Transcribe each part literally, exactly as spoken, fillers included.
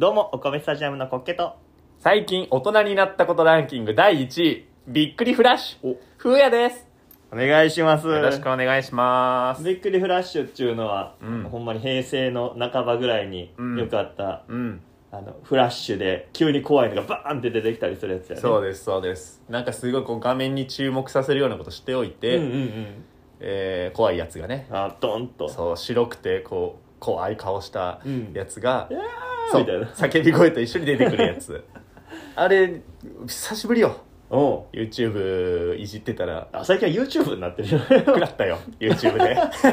どうもお米スタジアムのコッケと最近大人になったことランキングだいいちいびっくりフラッシュふうやです。 お願いします。 よろしくお願いします。 びっくりフラッシュっていうのは、 うん、 ほんまに平成の半ばぐらいによくあった、 うん、 あのフラッシュで急に怖いのがバーンって出てきたりするやつやね。 そうですそうです。なんかすごいこう画面に注目させるようなことしておいて、 うんうんうん、 えー、怖いやつがね、 あドンとそう白くてこう怖い顔したやつが、 うん、 そうみたいな叫び声と一緒に出てくるやつあれ久しぶりよ。 お YouTube いじってたら、 あ最近は YouTube になってるよ食らったよ YouTube で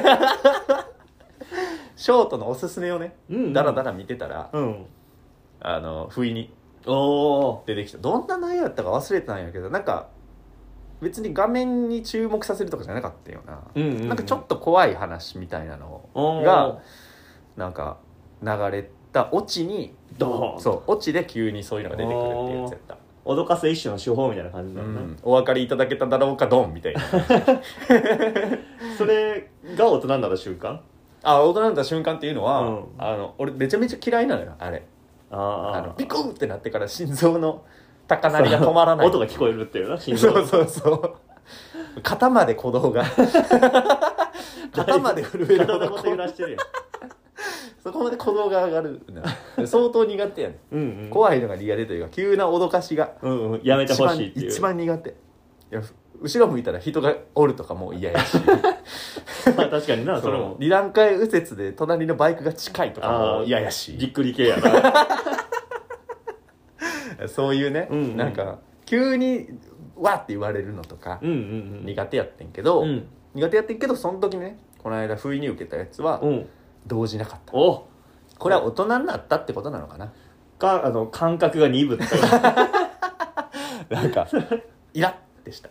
ショートのおすすめをね、うんうん、だらだら見てたら、うん、あの不意に出てきた。どんな内容やったか忘れてたんやけど、なんか別に画面に注目させるとかじゃなかったよな、うんうんうん、なんかちょっと怖い話みたいなのがなんか流れたオチにドーン、そうオチで急にそういうのが出てくるっていうやつやった。 脅かす一種の手法みたいな感じだよね、うん、 お分かりいただけただろうかドンみたいなそれが大人になった瞬間、 あ大人になった瞬間っていうのは、うん、あの俺めちゃめちゃ嫌いなのよあれ。ああのビクンってなってから心臓の高鳴りが止まらない音が聞こえるっていうな、心臓そうそうそう肩まで鼓動が肩まで震えるほど揺らしてるやんそこまで鼓動が上がる相当苦手やねん、うん、うん、怖いのが苦手というか急な脅かしが、 うんうん、やめてほしいっていう一番苦手。いや後ろ向いたら人がおるとかも嫌やしまあ確かにな、それもに段階右折で隣のバイクが近いとかも嫌やし、 じっくり系やなそういうね、うんうん、なんか急にわって言われるのとか、うんうんうん、苦手やってんけど、うん、苦手やってんけどその時ねこの間不意に受けたやつは、うん、動じなかった。おこれは大人になったってことなのかな、 かあの感覚が鈍ったなんかイラッてした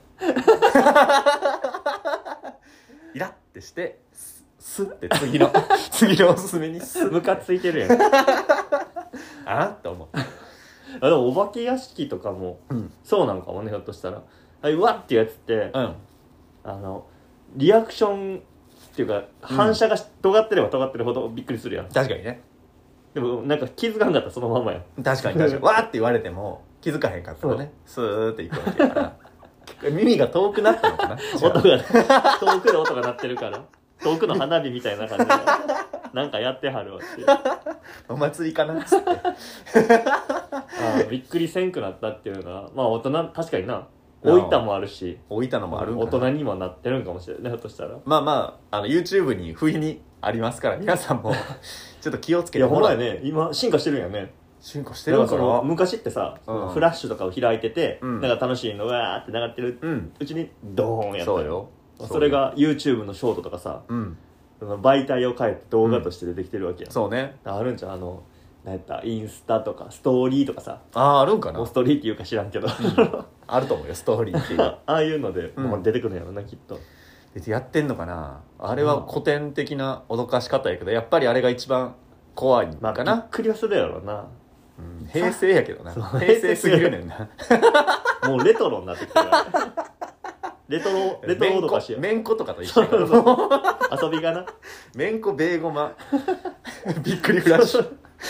イラッてしてスッて次の次のおすすめにムカついてるやんあって思うあでもお化け屋敷とかも、うん、そうなんかもね、ひょっとしたらあれわっていうやつって、うん、あのリアクションっていうか、うん、反射が尖ってれば尖ってるほどびっくりするやん。 確かにね。 でもなんか気づかんかったらそのままやん。 確かに確かにわーって言われても気づかへんかったらねスーっていくわけやから耳が遠くなったのかな音が遠くで音が鳴ってるから遠くの花火みたいな感じでなんかやってはるわっていうお祭りかなっつってあびっくりせんくなったっていうのはまあ大人確かにな置いたもあるし置いたのもあるんかな、 大人にもなってるんかもしれないね、ひょっとしたら。 まあまあ、あの YouTube に不意にありますから皆さんもちょっと気をつけてもらって。いやほんまやね、今進化してるんやね。 進化してるから。 から昔ってさ、うん、フラッシュとかを開いてて、うん、なんか楽しいのわーって流れてる、うん、うちにドーンやった。 そうよ。 それが YouTube のショートとかさ、うん、その媒体を変えて動画として出てきてるわけや、うん、 そうね。 あるんじゃん、あの何やったインスタとかストーリーとかさ。 あああるんかな。 ストーリーっていうか知らんけど、うん、 あると思うよストーリーっていうああいうので、うん、出てくるんやろなきっと。 やってんのかなあれは古典的な脅かし方やけどやっぱりあれが一番怖いかな、まあ、びっくりはするやろな、 うん、平成やけどな平成すぎるねんなもうレトロになってきてるレトロレトロ脅かしやめんことかと一緒やから遊びがなめんこベーゴマびっくりフラッシュ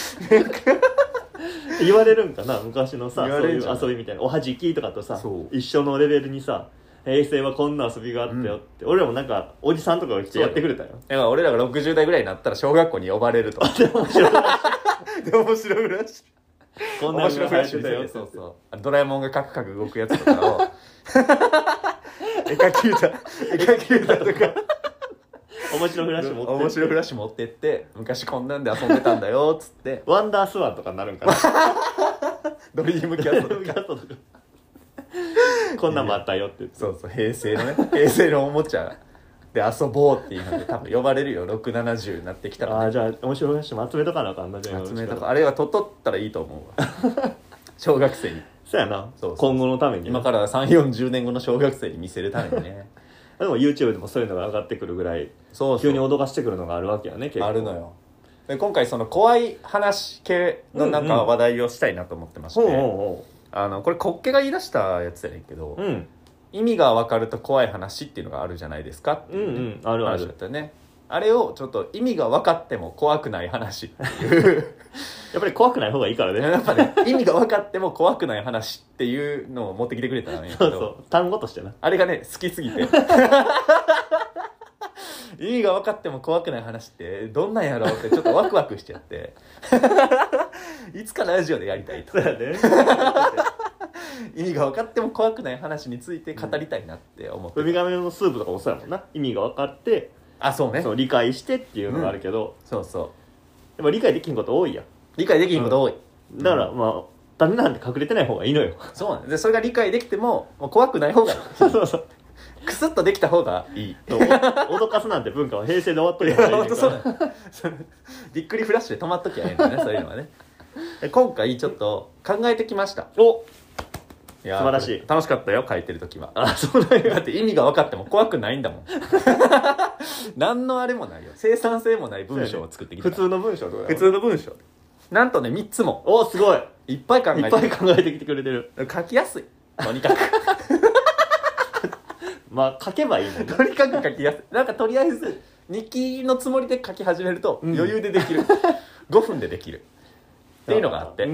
言われるんかな昔のさそういう遊びみたいなおはじきとかとさ一緒のレベルにさ平成はこんな遊びがあったよって、うん、俺らもなんかおじさんとかが来てやってくれたよ。 だから俺らがろくじゅう代ぐらいになったら小学校に呼ばれるとで面白いで面白いらしいこんな面白いフラッシュだよ。 そうそうドラえもんがカクカク動くやつとかを絵描き歌絵描き歌とか面白いフラッシュ持ってって面白いフラッシュ持ってって昔こんなんで遊んでたんだよっつってワンダースワンとかになるんかなドリームキャストとかこんなんもあったよって言ってそうそう平成のね平成のおもちゃで遊ぼうっていうので多分呼ばれるよろくななじゅうになってきたら、ね、 ああじゃあ面白い話も集めとかなあかんな。集めとかあれはとっとったらいいと思うわ小学生にそうやなそうそう今後のために今からさんじゅうよんじゅうねんごの小学生に見せるためにねでも YouTube でもそういうのが上がってくるぐらいそうそう急に脅かしてくるのがあるわけやね。結構あるのよ。で今回その怖い話系のなんか話題をしたいなと思ってまして、うんうん、あのこれコッケが言い出したやつやねんけど、うん、意味が分かると怖い話っていうのがあるじゃないですかっていう、ね、 うんうん、あるある話だったよね。 あれをちょっと意味が分かっても怖くない話っていうやっぱり怖くない方がいいからねやっぱね意味が分かっても怖くない話っていうのを持ってきてくれたらねそうそう単語としてなあれがね好きすぎて意味が分かっても怖くない話ってどんなんやろうってちょっとワクワクしちゃっていつかラジオでやりたいとそうやね意味が分かっても怖くない話について語りたいなって思って、 ウミガメのスープとかもそうやもんな。意味が分かってあそうねそう理解してっていうのがあるけど、 うん、そうそうでも理解できんこと多いやん。 理解できんこと多い、 うん、だからまあダメなんて隠れてない方がいいのよ。 そうなんでそれが理解できてももう怖くない方がいいそうそうそうクスッとできた方がいい脅かすなんて文化は平成で終わっとるやん。 本当そうだびっくりフラッシュで止まっときゃええんだねそういうのはね。今回ちょっと考えてきました。 おいや素晴らしい。 楽しかったよ書いてる時は。 あそうだよ。 だって意味が分かっても怖くないんだもん何のあれもないよ。生産性もない文章を作ってきた、 普通の文章とか普通の文章なんとねみっつもおすごいいっぱい考えていっぱい考えてきてくれてる。 書きやすいとにかくまあ書けばいいもんね。 とにかく書きやすい。なんかとりあえず日記のつもりで書き始めると余裕でできる、うん、ごふんでできるっていうのがあって、うんうん、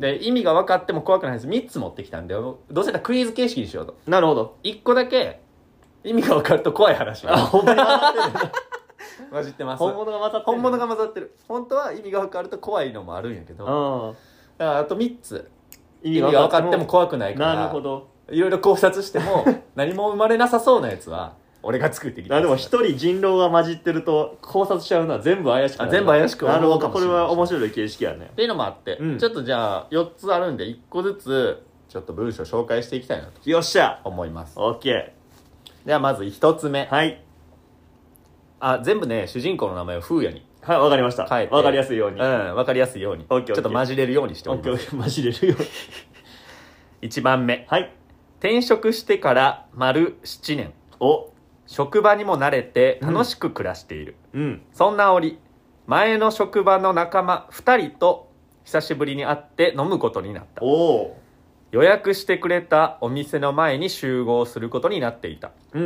で意味が分かっても怖くないです。みっつ持ってきたんでどうせだったらクイズ形式にしようと。 なるほど。 いっこだけ意味が分かると怖い話あほんまに混ざってる混じってます。 本物が混ざってる。 本物が混ざってる。本当は意味が分かると怖いのもあるんやけど、だからあとみっつ意味が分かっても怖くないから、 なるほど、 いろいろ考察しても何も生まれなさそうなやつは俺が作ってきた。 あでも一人人狼が混じってると考察しちゃうのは全部怪しくなる。 全部怪しくなるほど。これは面白い形式やねっていうのもあって、うん、ちょっとじゃあよっつあるんでいっこずつちょっと文章紹介していきたいなとよっしゃ思います。 OK。 ではまずひとつめ。 はい。 あ全部ね主人公の名前を風也にはいわかりました。 書いてわかりやすいように。 うんわかりやすいように OK ちょっと混じれるようにしております。 OK 混じれるようにいちばんめ。 はい。 転職してから丸ななねん。 お職場にも慣れて楽しく暮らしている、 うん、 そんな折前の職場の仲間ふたりと久しぶりに会って飲むことになった。 お予約してくれたお店の前に集合することになっていた、 うんうん、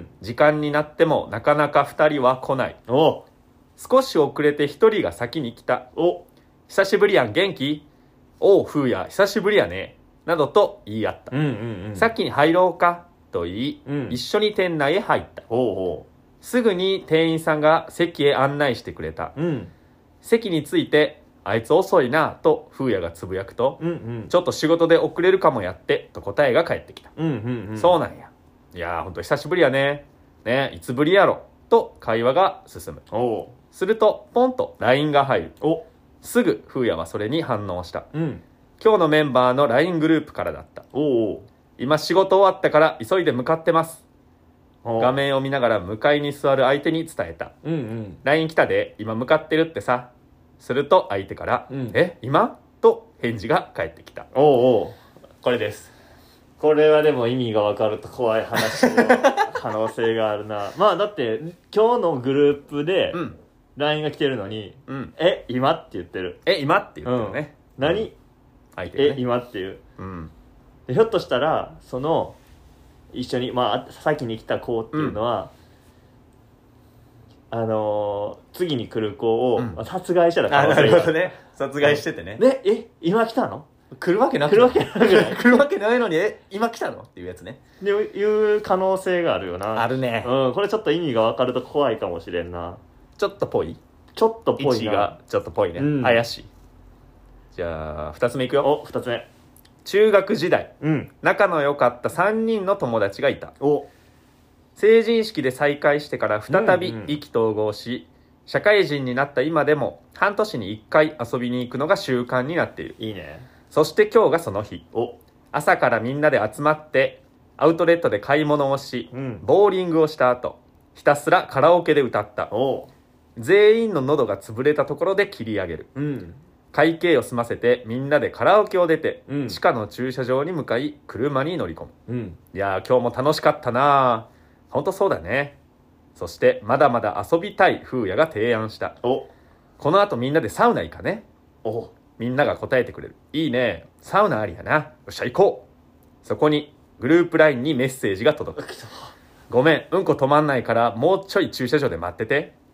時間になってもなかなかふたりは来ない。 お少し遅れてひとりが先に来た。 お久しぶりやん元気？おう風也久しぶりやねなどと言い合った、 うんうんうん、 先に入ろうかと言い、うん、一緒に店内へ入った。 ほうほうすぐに店員さんが席へ案内してくれた、うん、席に着いてあいつ遅いなと風也がつぶやくと、うんうん、ちょっと仕事で遅れるかもやってと答えが返ってきた、うんうんうん、そうなんや、いやーほんと久しぶりやねねいつぶりやろと会話が進む。おするとポンと ライン が入る。おすぐ風也はそれに反応した、うん、今日のメンバーの ライン グループからだった。おお今仕事終わったから急いで向かってます。画面を見ながら向かいに座る相手に伝えた、うんうん、ライン 来たで今向かってるってさ。すると相手から、うん、え今と返事が返ってきた。おうおうこれです。 これはでも意味が分かると怖い話の可能性があるなまあだって今日のグループで ライン が来てるのに、うん、え今って言ってる。 え今って言ってるね、 うん、何、うん、相手がね、え今っていう、うんでひょっとしたらその一緒に、まあ、先に来た子っていうのは、うん、あのー、次に来る子を、うん、殺害したら可能性がある。なるほどね。殺害しててね。 ねえ今来たの来るわけなく来るわけなくない来るわけないのにえ今来たのっていうやつね。 でいう可能性があるよな。 あるね。 うんこれちょっと意味が分かると怖いかもしれんな。 ちょっとぽいちょっとぽいな。 位置がちょっとぽいね、うん、怪しい。じゃあふたつめいくよ。 おふたつめ。 中学時代、うん、仲の良かったさんにんの友達がいた。お成人式で再会してから再び意気投合し、うんうん、社会人になった今でも半年にいっかい遊びに行くのが習慣になっている。 いいね。 そして今日がその日。お朝からみんなで集まってアウトレットで買い物をし、うん、ボーリングをした後ひたすらカラオケで歌った。お全員の喉が潰れたところで切り上げる、うん、会計を済ませてみんなでカラオケを出て、うん、地下の駐車場に向かい車に乗り込む、うん、いやー今日も楽しかったな。ほんとそうだね。そしてまだまだ遊びたい風也が提案した。おこの後みんなでサウナ行かね。おみんなが答えてくれる。いいねサウナありやな。よっしゃ行こう。そこにグループ ライン にメッセージが届く。ごめんうんこ止まんないからもうちょい駐車場で待ってて。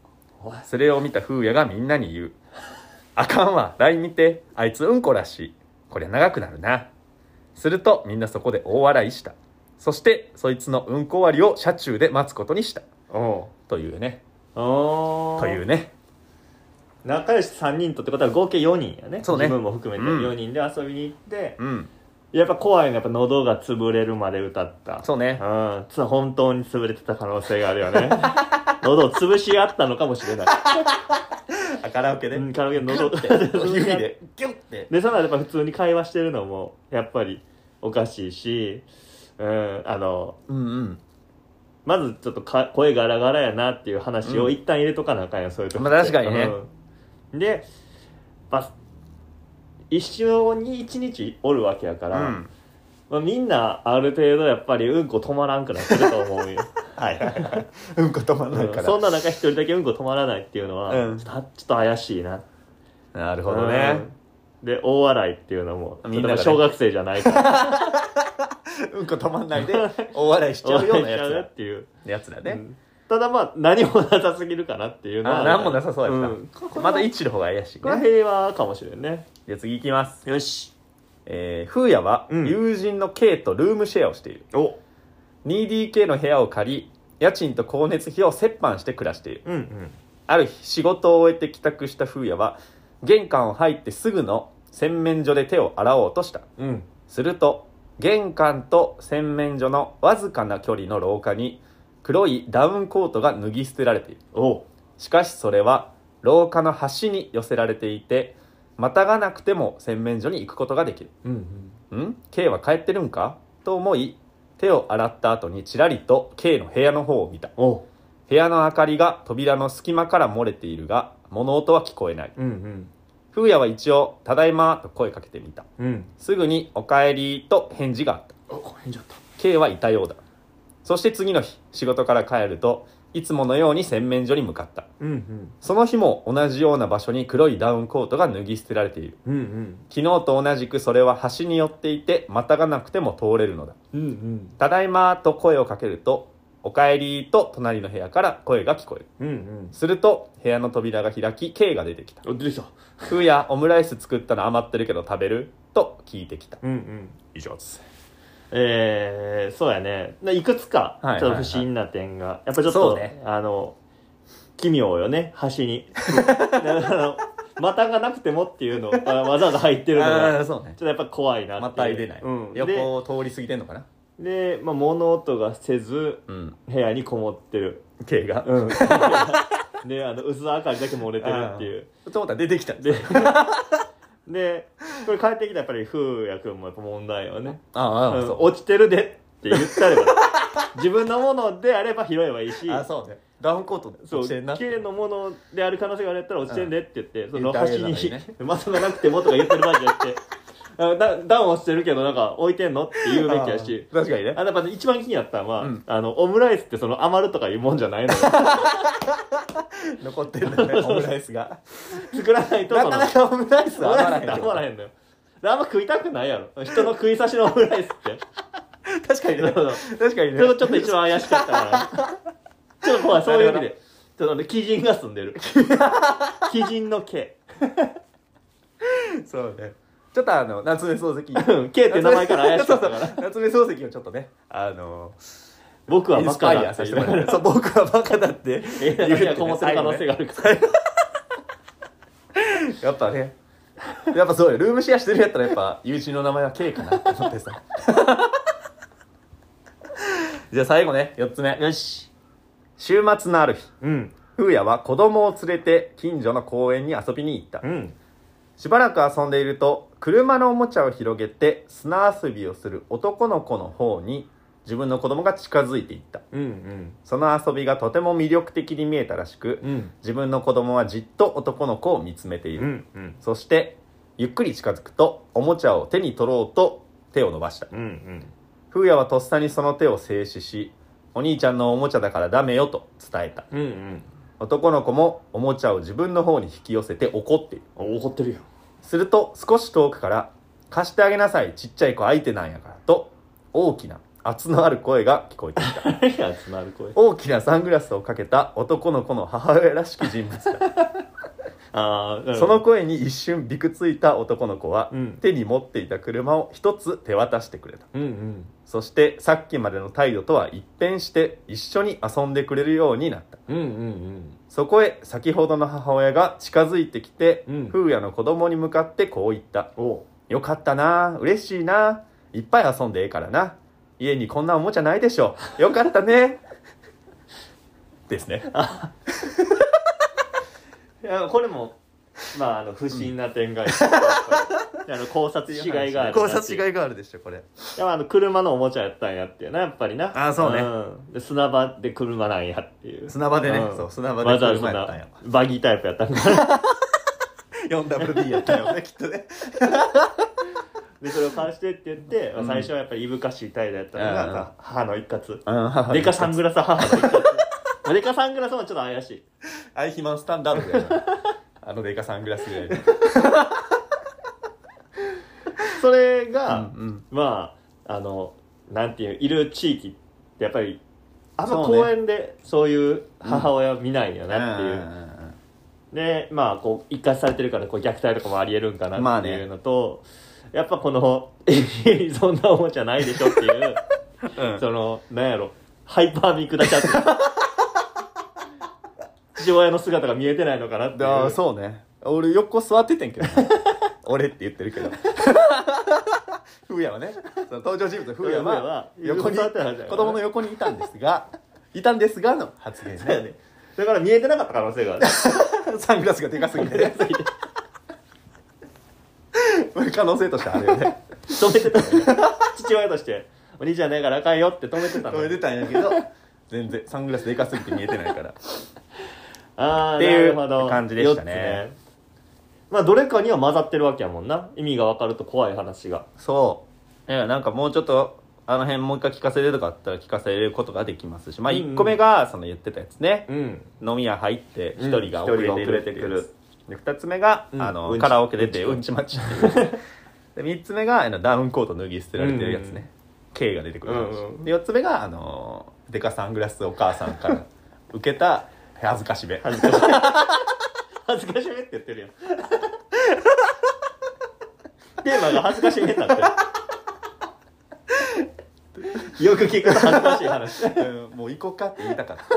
それを見た風也がみんなに言う。あかんわ、ライン見て、あいつうんこらしい。こりゃ長くなるな。するとみんなそこで大笑いした。そしてそいつのうんこ終わりを車中で待つことにした。おというね。おというね。 仲良しさんにんとってことは合計よにんやね。 そうね。 自分も含めてよにんで遊びに行って、うん、やっぱ怖いのやっぱ喉が潰れるまで歌った。 そうね。 うん。本当に潰れてた可能性があるよね。喉を潰し合ったのかもしれない。 カラオケで、 うん、カラオケで喉って指でギュッてで、その後やっぱ普通に会話してるのもやっぱりおかしいし、うん、あの、うんうん、まずちょっとか声ガラガラやなっていう話を一旦入れとかなあかんや、そういう時って。 まあ確かにね。 うん、で、まあ、一緒に一日おるわけやから、うんまあ、みんなある程度やっぱりうんこ止まらんくなってると思うよ。 はいはいはい。うんこ止まらないから、 うん、そんな中一人だけうんこ止まらないっていうのは、うん、ちょっとちょっと怪しいな。 なるほどね。 うん、で大笑いっていうのもみんな小学生じゃないから。 うんこ止まんないで大笑いしちゃうようなやつだっていうやつだね。うん、 ただまあ何もなさすぎるかなっていうのは。 あ何もなさそうやった。うん、まだ一の方が怪しいね。 これ平和かもしれんね。 じゃあ次いきます。 よし。 えー、風也は友人の K とルームシェアをしている。うん、お ツーディーケー の部屋を借り家賃と光熱費を折半して暮らしている。うんうん、ある日仕事を終えて帰宅した風也は玄関を入ってすぐの洗面所で手を洗おうとした。うん、すると玄関と洗面所のわずかな距離の廊下に黒いダウンコートが脱ぎ捨てられている。おしかしそれは廊下の端に寄せられていてまたがなくても洗面所に行くことができる。うんうん、ん K は帰ってるんかと思い手を洗った後にちらりと K の部屋の方を見た。お部屋の明かりが扉の隙間から漏れているが物音は聞こえない。うんうん、風也は一応ただいまと声かけてみた。うん、すぐにおかえりと返事があった。お返事あった。 K はいたようだ。そして次の日仕事から帰るといつものように洗面所に向かった。うんうん、その日も同じような場所に黒いダウンコートが脱ぎ捨てられている。うんうん、昨日と同じくそれは端に寄っていてまたがなくても通れるのだ。うんうん、ただいまと声をかけるとおかえりと隣の部屋から声が聞こえる。うんうん、すると部屋の扉が開き K が出てきた。出てきた。風也オムライス作ったの余ってるけど食べると聞いてきた。うんうん、以上です。 えー、そうやね。いくつかちょっと不思議な点が、はいはいはい、やっぱちょっと、ね、あの奇妙よね、端に。あの股がなくてもっていうのわざわざ入ってるのが、ね、ちょっとやっぱ怖いなって。 股入れない。うん、横を通り過ぎてんのかな。 で、まあ、物音がせず、うん、部屋にこもってる。 K が。 うん。で、あの薄明かりだけ漏れてるっていう。 と思ったら出てきた。ででこれ帰ってきたらやっぱり風也くんもやっぱ問題よね。ああ、うん、落ちてるでって言ったら自分のものであれば拾えばいいし。 あそうね。ダウンコートで落ちてんな。K のものである可能性があったら落ちてんでって言って、うん、その端にまさかなくてもとか言ってる場合じゃなくてダ, ダウン落ちてるけどなんか置いてんのって言うべきやし。 確かにね。 あやっぱ一番気になったのは、うん、あのオムライスってその余るとかいうもんじゃないのよ。 残ってるんだねオムライスが。 作らないとなかなかオムライスは余らへん余らへんのよ。あんま食いたくないやろ人の食い差しのオムライスって確かにね確かにね。 それちょっと一番怪しかったからちょっと怖い。そういう意味でちょっとね鬼人が住んでる鬼人の K そうね。ちょっとあの夏目漱石 K って名前から怪しかったから夏目漱石をちょっとねあの僕はバカだってそう僕はバカだって言うてこもってる可能性があるからやっぱねやっぱそうよ。ルームシェアしてるやったらやっぱ友人の名前は K かなって思ってさじゃあ最後ねよっつめ。 よし。 週末のある日、うん、風也は子供を連れて近所の公園に遊びに行った。うん、しばらく遊んでいると車のおもちゃを広げて砂遊びをする男の子の方に自分の子供が近づいていった。うんうん、その遊びがとても魅力的に見えたらしく、うん、自分の子供はじっと男の子を見つめている。うんうん、そしてゆっくり近づくとおもちゃを手に取ろうと手を伸ばした。うんうん、風也はとっさにその手を制止し、お兄ちゃんのおもちゃだからダメよと伝えた。うんうん、男の子もおもちゃを自分の方に引き寄せて怒っている。 怒ってるよ。 すると少し遠くから貸してあげなさい、ちっちゃい子相手なんやからと大きな圧のある声が聞こえてきた圧のある声大きなサングラスをかけた男の子の母親らしき人物だあその声に一瞬びくついた男の子は、 うん、 手に持っていた車を一つ手渡してくれた、 うんうん、 そしてさっきまでの態度とは一変して一緒に遊んでくれるようになった、 うんうんうん、 そこへ先ほどの母親が近づいてきて、 うん、 風也の子供に向かってこう言った。 およかったな、嬉しいな、いっぱい遊んでええからな、家にこんなおもちゃないでしょ、よかったねですねいやこれもまああの不審な点が、うん、あの考察しがいがある考察しがいがあるでしょこれ。 いやあの車のおもちゃやったんやっていうなやっぱりな。 ああそうね、 うん、で砂場で車なんやっていう砂場でね、うん、そう砂場で車やったんや、 バギータイプやったんだフォーダブリューディー やったよねきっとねでそれを返してって言って、うん、最初はやっぱりいぶかしい態度やったのが、うん、母の一括、 うん、 デカサングラス母の一括デカサングラスもちょっと怪しいアイヒマンスタンダードぐらいなあのデカサングラスぐらいそれが、 うんうん、 まああのなんていういる地域ってやっぱりあんま公園でそういう母親を見ないよなっていう、うん、でまあこう一括されてるからこう虐待とかもありえるんかなっていうのと、まあね、やっぱこのそんなおもちゃないでしょっていう、うん、そのなんやろハイパー見下しちゃって父親の姿が見えてないのかなっていう。 あそうね、俺横座っててんけど俺って言ってるけど風也はね、その登場人物の風也は横に子供の横にいたんですがいたんですがの発言 ね, ねだから見えてなかった可能性があるサングラスがでかすぎてね可能性としてあるよね止めてたのよね父親としてお兄ちゃんねえからあかんよって止めてたの止めてたんやけど全然サングラスでかすぎて見えてないからあっていう感じでした ね, ねまあどれかには混ざってるわけやもんな、意味が分かると怖い話が。 そういやなんかもうちょっとあの辺もう一回聞かせるとかあったら聞かせることができますし、まあいっこめがその言ってたやつね、うん、飲み屋入ってひとりが遅れてるっていう、うん、でふたつめが、うん、あのうんちカラオケ出てうんち待ちっていうでみっつめがあのダウンコート脱ぎ捨てられてるやつね、うん、K が出てくる話、うんうん、でよっつめがあのデカサングラスお母さんから受けた恥ずかしめ恥ずかしめ恥ずかしめって言ってるやんテーマが恥ずかしめになってるよく聞くと恥ずかしい話、 うん、もう行こうかって言いたかった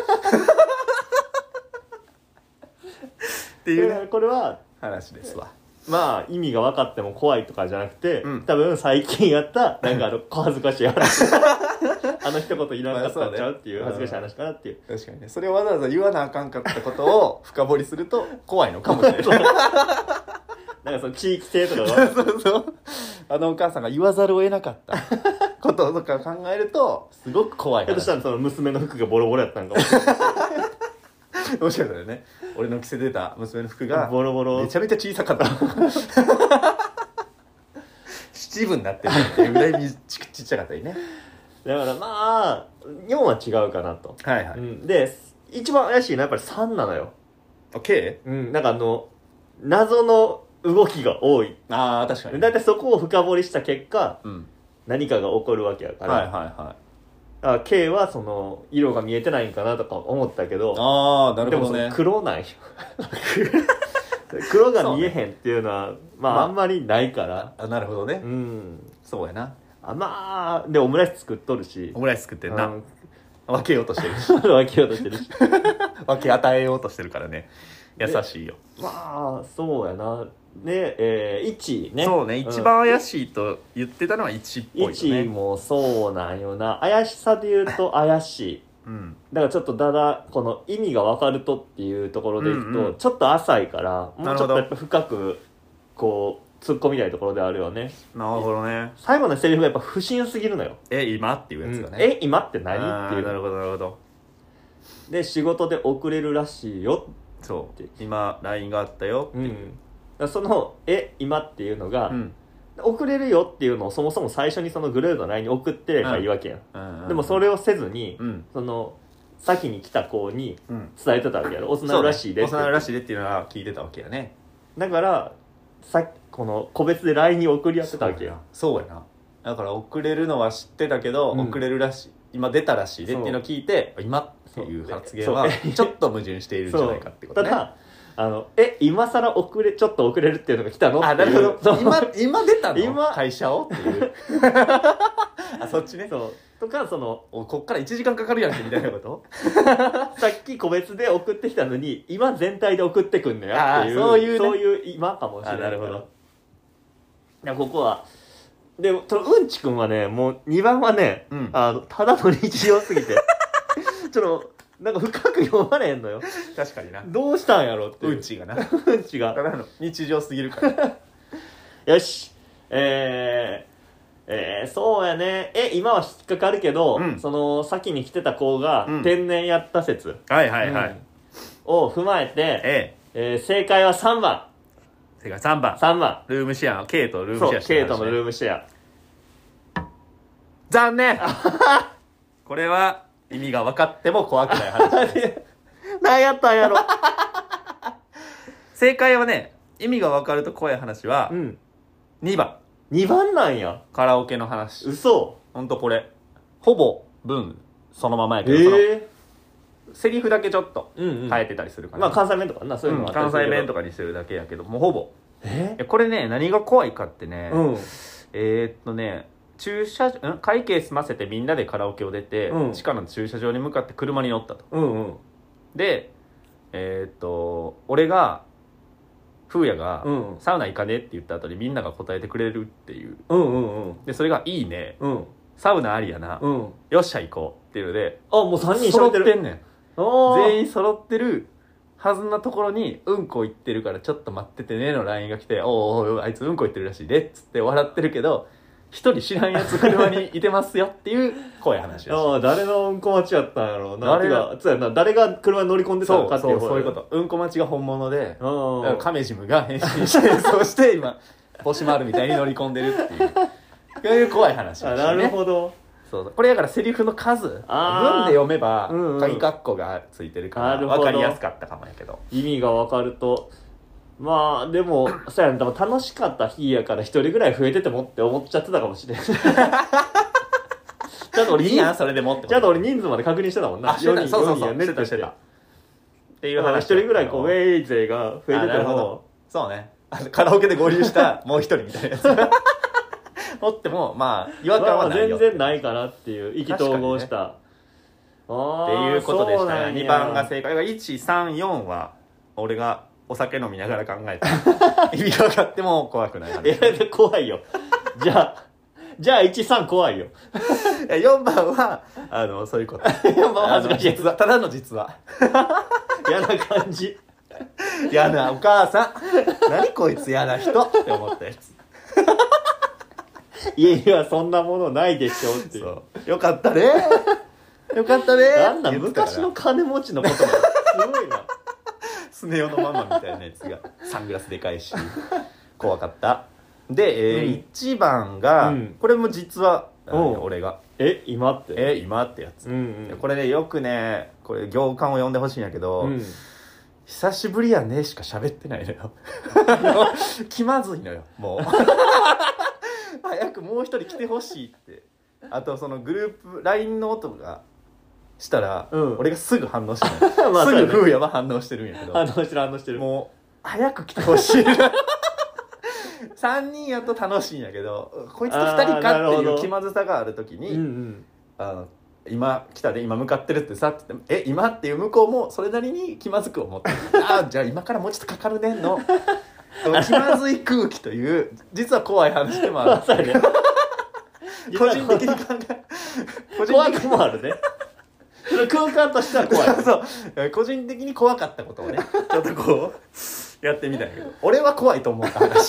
っていう、ね、 これは話ですわ。 まあ意味が分かっても怖いとかじゃなくて、うん、多分最近やったなんかあの小恥ずかしい話あの一言いらなかったんちゃうっていう恥ずかしい話かなっていう、 確かにね、それをわざわざ言わなあかんかったことを深掘りすると怖いのかもしれないなんかその地域性とかはそうそうあのお母さんが言わざるを得なかったこととか考えるとすごく怖い話。 ひょっとしたらその娘の服がボロボロやったんかもしれないもしかしたらね、俺の着せてた娘の服がボロボロめちゃめちゃ小さかった七分になってるっていうぐらいにちっちゃかったりね。 だからまあよんは違うかなと。 はいはい、 うん、で一番怪しいのはやっぱりさんなのよ。 K？ うん、なんかあの謎の動きが多い。 ああ確かに。 だいたいそこを深掘りした結果、うん、何かが起こるわけやから、 はいはいはい。 あ K はその色が見えてないんかなとか思ったけど、 ああなるほどね。 でも黒ない黒が見えへんっていうのは、ね、まあ、まあ、あんまりないから。 あなるほどね。 うん。 そうやな。 あまあでオムライス作っとるし。 オムライス作ってんな。うん、分けようとしてるし。 分けようとしてるし。 分け与えようとしてるからね。優しいよ。 まあそうやな。で、えー、いちいね。 そうね、一番怪しいと言ってたのはいちっぽいよね。いちいもそうなんよな。怪しさで言うと怪しい。うん、だからちょっとだだこの意味が分かるとっていうところでいくと、うんうん、ちょっと浅いからもうちょっとやっぱ深くこう突っ込みたいところであるよね。 なるほどね。 最後のセリフがやっぱ不審すぎるのよ。 え今っていうやつがね、 うん、え今って何っていう。 なるほどなるほど。 で仕事で遅れるらしいよ。 そう今 ライン があったよっていう、 うん、そのえ今っていうのが、うん、遅れるよっていうのをそもそも最初にそのグレードの ライン に送ってればいいわけやん、うんうん、でもそれをせずに、うん、その先に来た子に伝えてたわけやろ、うん、遅なるらしいでって、 ね、遅なるらしいでっていうのは聞いてたわけやね。 だからさこの個別で ライン に送り合ってたわけや。 そうやな。 だから遅れるのは知ってたけど、うん、遅れるらしい今出たらしいでっていうのを聞いて今っていう発言はちょっと矛盾しているんじゃないかってことね。 ただあのえ今更遅れちょっと遅れるっていうのが来たのっていう。 あなるほど今今出たの今会社をっていうあそっちね。 そうとかそのこっからいちじかんかかるやんけみたいなことさっき個別で送ってきたのに今全体で送ってくんのやっていうそういう、ね、 そういう今かもしれない。 なるほど。 いやここはでそのうんちくんはねもうにばんはね、うん、あのただの日常すぎてちょっとなんか深く読まれへんのよ。 確かにな。 どうしたんやろってうんちがなうんちがただの日常すぎるからよしえーえー、そうやねえ今は引っかかるけど、うん、その先に来てた子が天然やった説、うん、 はいはいはい、うん、 を踏まえて、えええー、正解はさんばん。 正解さんばん。 さんばんルームシェア K とルームシェアしてる、ね、そう K とのルームシェア残念これは意味が分かっても怖くない話です何やったんやろ正解はね意味が分かると怖い話は、うん、にばん。 にばんなんや。 カラオケの話。 嘘。 ほんとこれほぼ文そのままやけど、えー、そのセリフだけちょっと変えてたりするかな、 うんうん、まあ関西弁とかなそういうのもあったりするけど、 うん、関西弁とかにしてるだけやけどもうほぼえこれね何が怖いかってね、 うん、 えー、っとね駐車場ん会計済ませてみんなでカラオケを出て、うん、地下の駐車場に向かって車に乗ったと、 うんうん、 でえー、っと俺が風也が、うん、サウナ行かねって言った後にみんなが答えてくれるっていう、 うんうんうん、 でそれがいいね、 うん、 サウナありやな、 うん、 よっしゃ行こうっていうのであもうさんにん揃ってんねん全員揃ってるはずなところにうんこ行ってるからちょっと待っててねの ライン が来ておーおーあいつうんこ行ってるらしいでっつって笑ってるけど一人知らんやつ車にいてますよっていう怖い話ですああ誰のうんこ待ちやったんやろうな誰がそうやな誰が車に乗り込んでたのかっていうそうそうそういうことうんこ待ちが本物でカメジムが変身して演奏して今星丸みたいに乗り込んでるっていうそういう怖い話で、ね、 なるほどそうこれだからセリフの数文で読めば鍵括弧がついてるから分かりやすかったかもやけど意味が分かるとまあでもそうやね楽しかった日やから一人ぐらい増えててもって思っちゃってたかもしれないちゃんと俺いいやんそれでもってちゃんと俺人数まで確認してたもんな。 よにんそうそうそうしてたしてたっていう話一人ぐらいこうウェイ勢が増えててもそうねカラオケで合流したもう一人みたいなやつおってもまあ違和感はないよ、 まあ、全然ないかなっていう意気投合した、ね、 あっていうことでしたね。にばんが正解がいちさんよんは俺がお酒飲みながら考えた意味が分かっても怖くない話。 いや怖いよじゃあじゃあいちさん怖いよよんばんはあのそういうことよんばんは恥ずかしい実はただの実は嫌な感じ嫌なお母さん何こいつ嫌な人って思ったやつ家にはそんなものないでしょっていうそうよかったねよかったねあんな昔の金持ちのこともすごいなスネ夫のママみたいなやつがサングラスでかいし怖かったで、えーうん、いちばんが、うん、これも実は、うん、俺がえ今ってえ今ってやつ、うんうん、これねよくねこれ行間を読んでほしいんやけど、うん、久しぶりやねしか喋ってないのよ気まずいのよもう早くもう一人来てほしいってあとそのグループ ライン の音がしたら、うん、俺がすぐ反応してないまあすぐ風也は反応してるんやけど反応してる反応してるもう早く来てほしいさんにんやと楽しいんやけどこいつとふたりかっていう気まずさがある時に、うんうん、あの今来たで今向かってるってさって言ってえ今っていう向こうもそれなりに気まずく思ってあじゃあ今からもうちょっとかかるねんの気まずい空気という実は怖い話でもある、ね、個人的に考え怖くもあるねその空間としては怖いそう個人的に怖かったことをねちょっとこうやってみたんやけど俺は怖いと思った話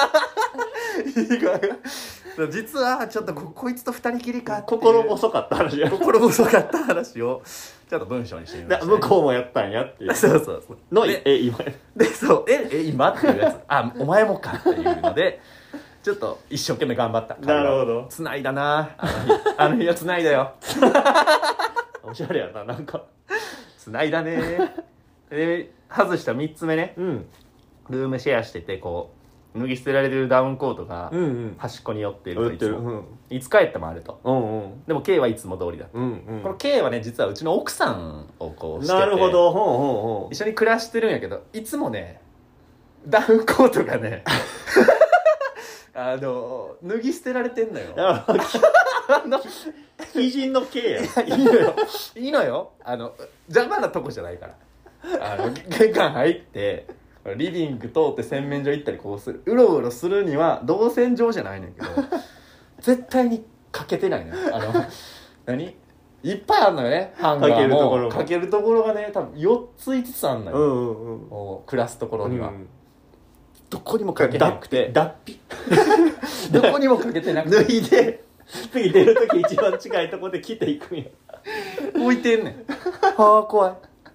実はちょっと こ, こいつと二人きりかっていう心細かった話や心細かった話をちょっと文章にしてみました、 ね、向こうもやったんやっていうそうそうそうのえ今でそうええ今っていうやつあお前もかっていうのでちょっと一生懸命頑張ったなるほど繋いだなあの日あの日は繋いだよおしゃれやななんか繋いだねで外したみっつめね、 うん、 ルームシェアしててこう脱ぎ捨てられてるダウンコートがうんうん端っこに寄っているといつも、 うんいつ帰ってもあると、 うんうん、 でも K はいつも通りだ、 うんうん、 この K はね実はうちの奥さんをこうしてて、 なるほど、ほうほうほう、 一緒に暮らしてるんやけど、いつもねダウンコートがねあの脱ぎ捨てられてんのよ。あの鬼人の K やいいのよいいのよ、あの邪魔なとこじゃないから、あの玄関入ってリビング通って洗面所行ったりこうするうろうろするには動線上じゃないねんけど絶対にかけてないのよ。あの何いっぱいあるのよね、ハンガーもかけるところがね多分よっついつつあるのよ、うんうんうん、暮らすところには、うん、どこにもかけなくて脱皮どこにもかけてなくて脱いで次出るとき一番近いところで切っていくんや置いてんねんはあ怖い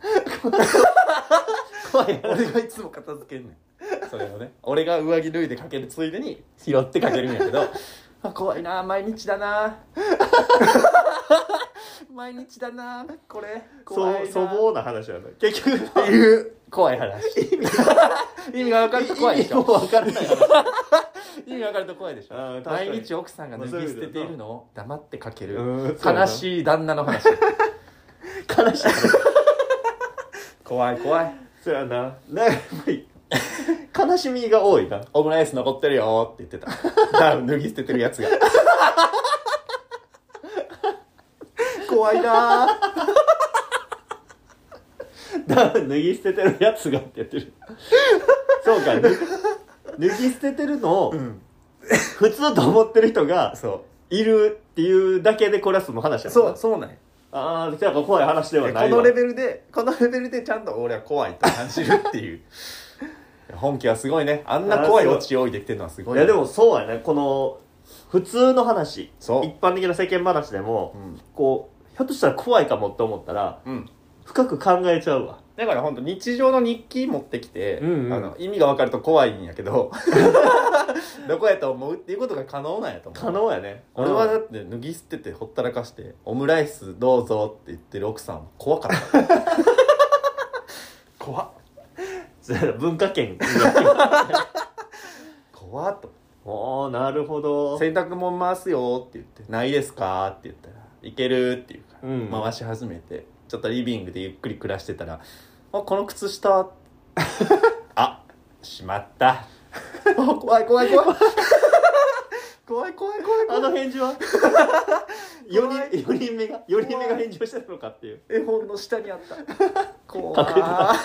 怖い俺がいつも片付けんねんそれをね、俺が上着脱いでかけるついでに拾ってかけるんやけどあ怖いな、毎日だな毎日だなこれ怖いな、 粗暴な話なんだ結局っていう怖い話意味が意味が分かると怖いでしょ。意味も分からない意味分かると怖いでしょ。毎日奥さんが脱ぎ捨てているのを黙ってかける悲しい旦那の話悲しい怖い怖い。 そうやな、なんか悲しみが多いな。 オムライス残ってるよって言ってたダウン脱ぎ捨ててるやつが怖いなダウン脱ぎ捨ててるやつがって言ってるそうか、脱ぎ捨ててるのを、うん、普通と思ってる人がいるっていうだけでこれはその話やもんな。 そうそうなんや。 ああ、だから怖い話ではないわ。 このレベルでこのレベルでちゃんと俺は怖いと感じるっていう本家はすごいね。あんな怖いオチ用意できてるのはすごい、ね、 いやでもそうやね、この普通の話、一般的な世間話でも、うん、こうひょっとしたら怖いかもって思ったら、うん、深く考えちゃうわ。 だから本当日常の日記持ってきて、うんうん、あの意味が分かると怖いんやけどどこやと思うっていうことが可能なんやと思う。 可能やね。 俺はだって脱ぎ捨ててほったらかしてオムライスどうぞって言ってる奥さん怖かった怖っ文化圏怖っと。 おー、なるほど。 洗濯物回すよって言ってないですかって言ったらいけるっていうから、うん、回し始めてちょっとリビングでゆっくり暮らしてたら、あ、この靴下あ、しまった怖い怖い怖い怖い怖い怖い怖い怖い。 あの返事はよにん, よにんめがよにんめが返事をしてたのかっていう。 絵本の下にあった怖い。隠れてた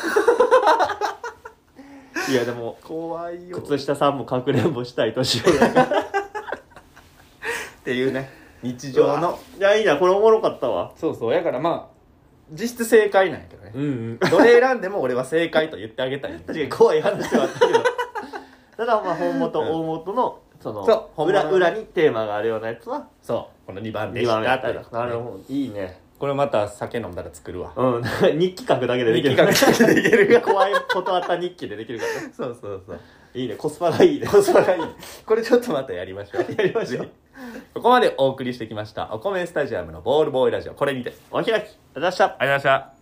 いやでも怖いよ。 靴下さんもかくれんぼしたい年をやからっていうね、日常の。 いやいいな、これおもろかったわ。 そうそう、やからまあ実質正解なんやけどね、うんうん、どれ選んでも俺は正解と言ってあげたい確かに怖い話はあったけどただまあ本元大元のそのそう裏, 裏にテーマがあるようなやつはそうこのにばんでしたって、 ね、なるほど、いいね。 これまた酒飲んだら作るわ。 うん日記書くだけでできる。 日記書くだけでできる怖いことあった日記でできるからねそうそうそう、 いいね、コスパがいいね。 コスパがいいこれちょっとまたやりましょうやりましょうここまでお送りしてきましたお米スタジアムのボールボーイラジオ、これにてお開き。ありがとうございました。 ありがとうございました。